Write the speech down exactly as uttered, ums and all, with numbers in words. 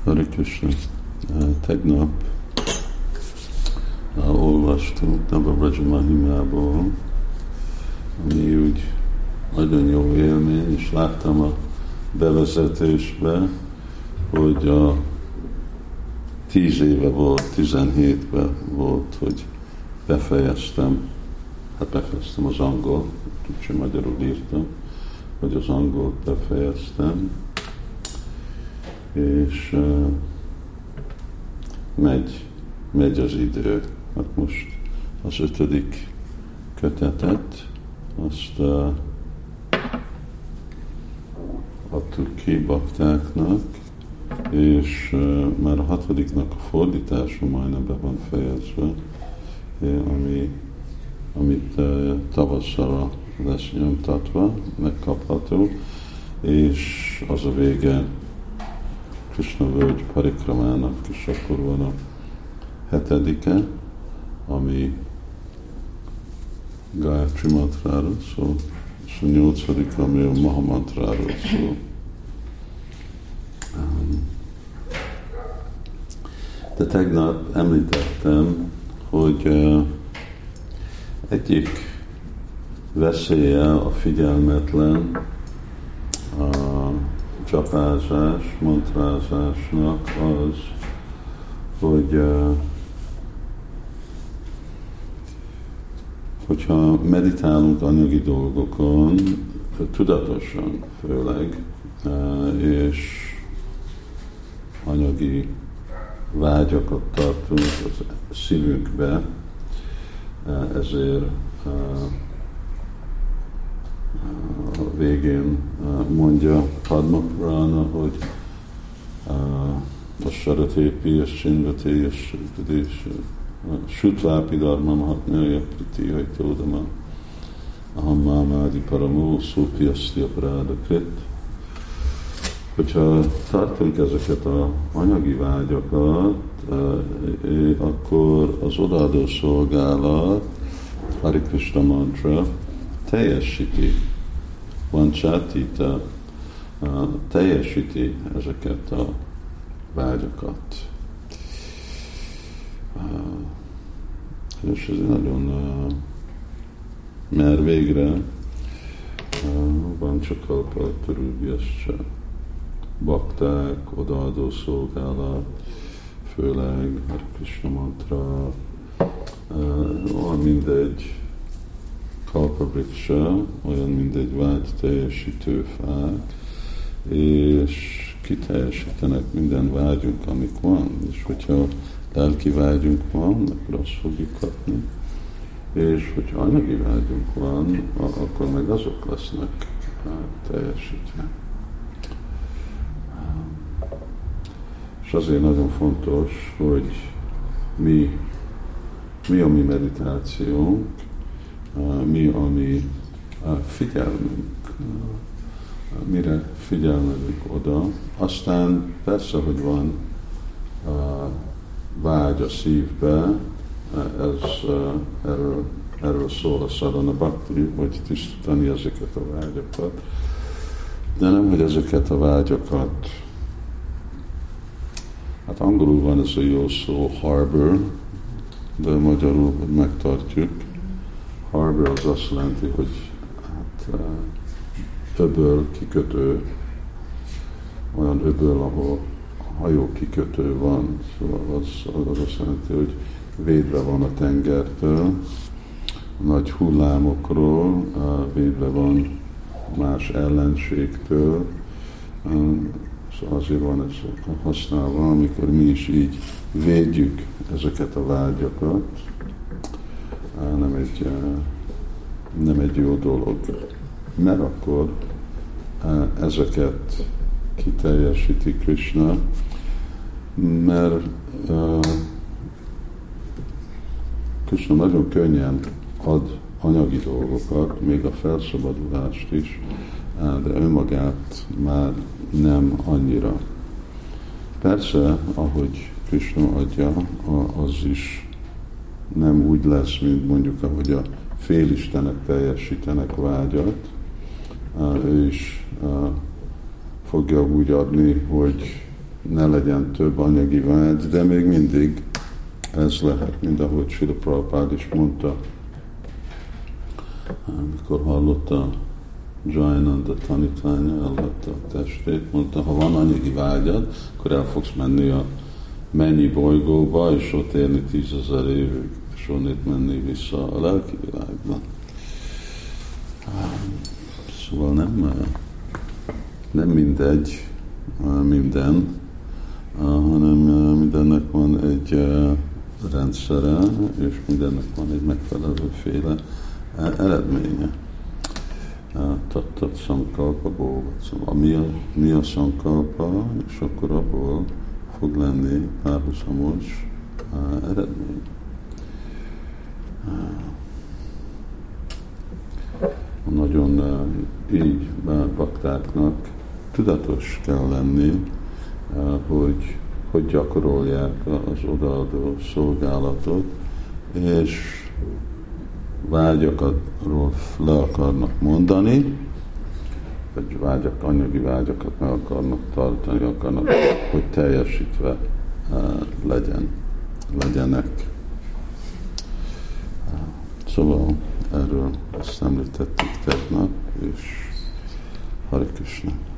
Hare Krishna. Tegnap uh, olvastunk Navabraja Mahimából, ami úgy nagyon jó élmény, és láttam a bevezetésbe, hogy a tíz éve volt, tizenhétben volt, hogy befejeztem, hát befejeztem az angol, úgyse magyarul írtam, hogy az angolt befejeztem, és uh, megy, megy az idő. Hát most az ötödik kötetet, azt uh, adtuk ki baktáknak, és uh, már a hatodiknak a fordítása majdnem be van fejezve, ami, amit uh, tavasszal lesz nyomtatva, megkapható, és az a vége Krishna völgy parikramának, és akkor van a hetedike, ami Gayatri mantráról szól, és a nyolcadik, ami a Maha mantráról szól. De tegnap említettem, hogy egyik veszélye a figyelmetlen a csapázás, mantrázásnak az, hogy hogyha meditálunk anyagi dolgokon, tudatosan főleg, és anyagi vágyakat tartunk az szívünkbe, ezért a végén mondja Padma Purana, hogy a Saratépi és Csinvati és Sutvápi Dharma Mahatmya Priti Hajtódama Aham Mámádi Paramó Szópi Aszti Aparáda Krit. Hogyha tartunk ezeket az anyagi vágyakat, akkor az odaadó szolgálat, Hare Krishna mantra teljesíti, vancsátita, teljesíti ezeket a vágyakat. És ez nagyon, mert végre van csak a Tarubhyascha, bakták, odaadó szolgálat, főleg Hare Krishna mantra, olyan mindegy kalpavriksa, olyan mindegy vágy teljesítő fák, és kiteljesítenek minden vágyunk, amik van, és hogyha lelki vágyunk van, akkor azt fogjuk kapni, és hogyha anyagi vágyunk van, akkor meg azok lesznek teljesítve. És azért nagyon fontos, hogy mi, mi a mi meditációnk, mi a mi figyelmünk, mire figyelmezünk oda. Aztán persze, hogy van vágy a szívbe, ez, erről, erről szól a Sadhana Bhakti, hogy tisztítani ezeket a vágyakat, de nem, hogy ezeket a vágyakat, hát angolul van ez a jó szó, harbor, de magyarul, hogy megtartjuk. Harbor az azt jelenti, hogy hát, öböl, kikötő, olyan öböl, ahol hajó kikötő van, szóval az, az azt jelenti, hogy védve van a tengertől, a nagy hullámokról, védve van más ellenségtől, szóval azért van ez használva, amikor mi is így védjük ezeket a vágyakat, nem egy, nem egy jó dolog, mert akkor ezeket kiteljesíti Krishna, mert uh, Krishna nagyon könnyen ad anyagi dolgokat, még a felszabadulást is, de önmagát már nem annyira. Persze, ahogy Krishna adja, az is nem úgy lesz, mint mondjuk, ahogy a félistenek teljesítenek vágyat, ő is fogja úgy adni, hogy ne legyen több anyagi vágy, de még mindig ez lehet, mint ahogy Srila Prabhupád is mondta, amikor hallotta Jayananda tanítványa, elhagyta a testét, mondta, ha van anyagi vágyad, akkor el fogsz menni a mennyi bolygóba, és ott élni tízezer évig, és onnét menni vissza a lelki világba. Szóval nem, nem mindegy minden, hanem mindennek van egy rendszere, és mindennek van egy megfelelőféle eredménye. Tat-tat szankalpa, szóval mi a, mi a szankalpa, és akkor abból fog lenni párhuzamos eredmény. Nagyon így baktáknak tudatos kell lenni, hogy hogy gyakorolják az odaadó szolgálatot, és vágyakatról le akarnak mondani, vagy vágyak, anyagi vágyakat meg akarnak tartani, akarnak, hogy teljesítve legyen, legyenek. Szóval erről ezt említettük tegnap, és Hare Krishna.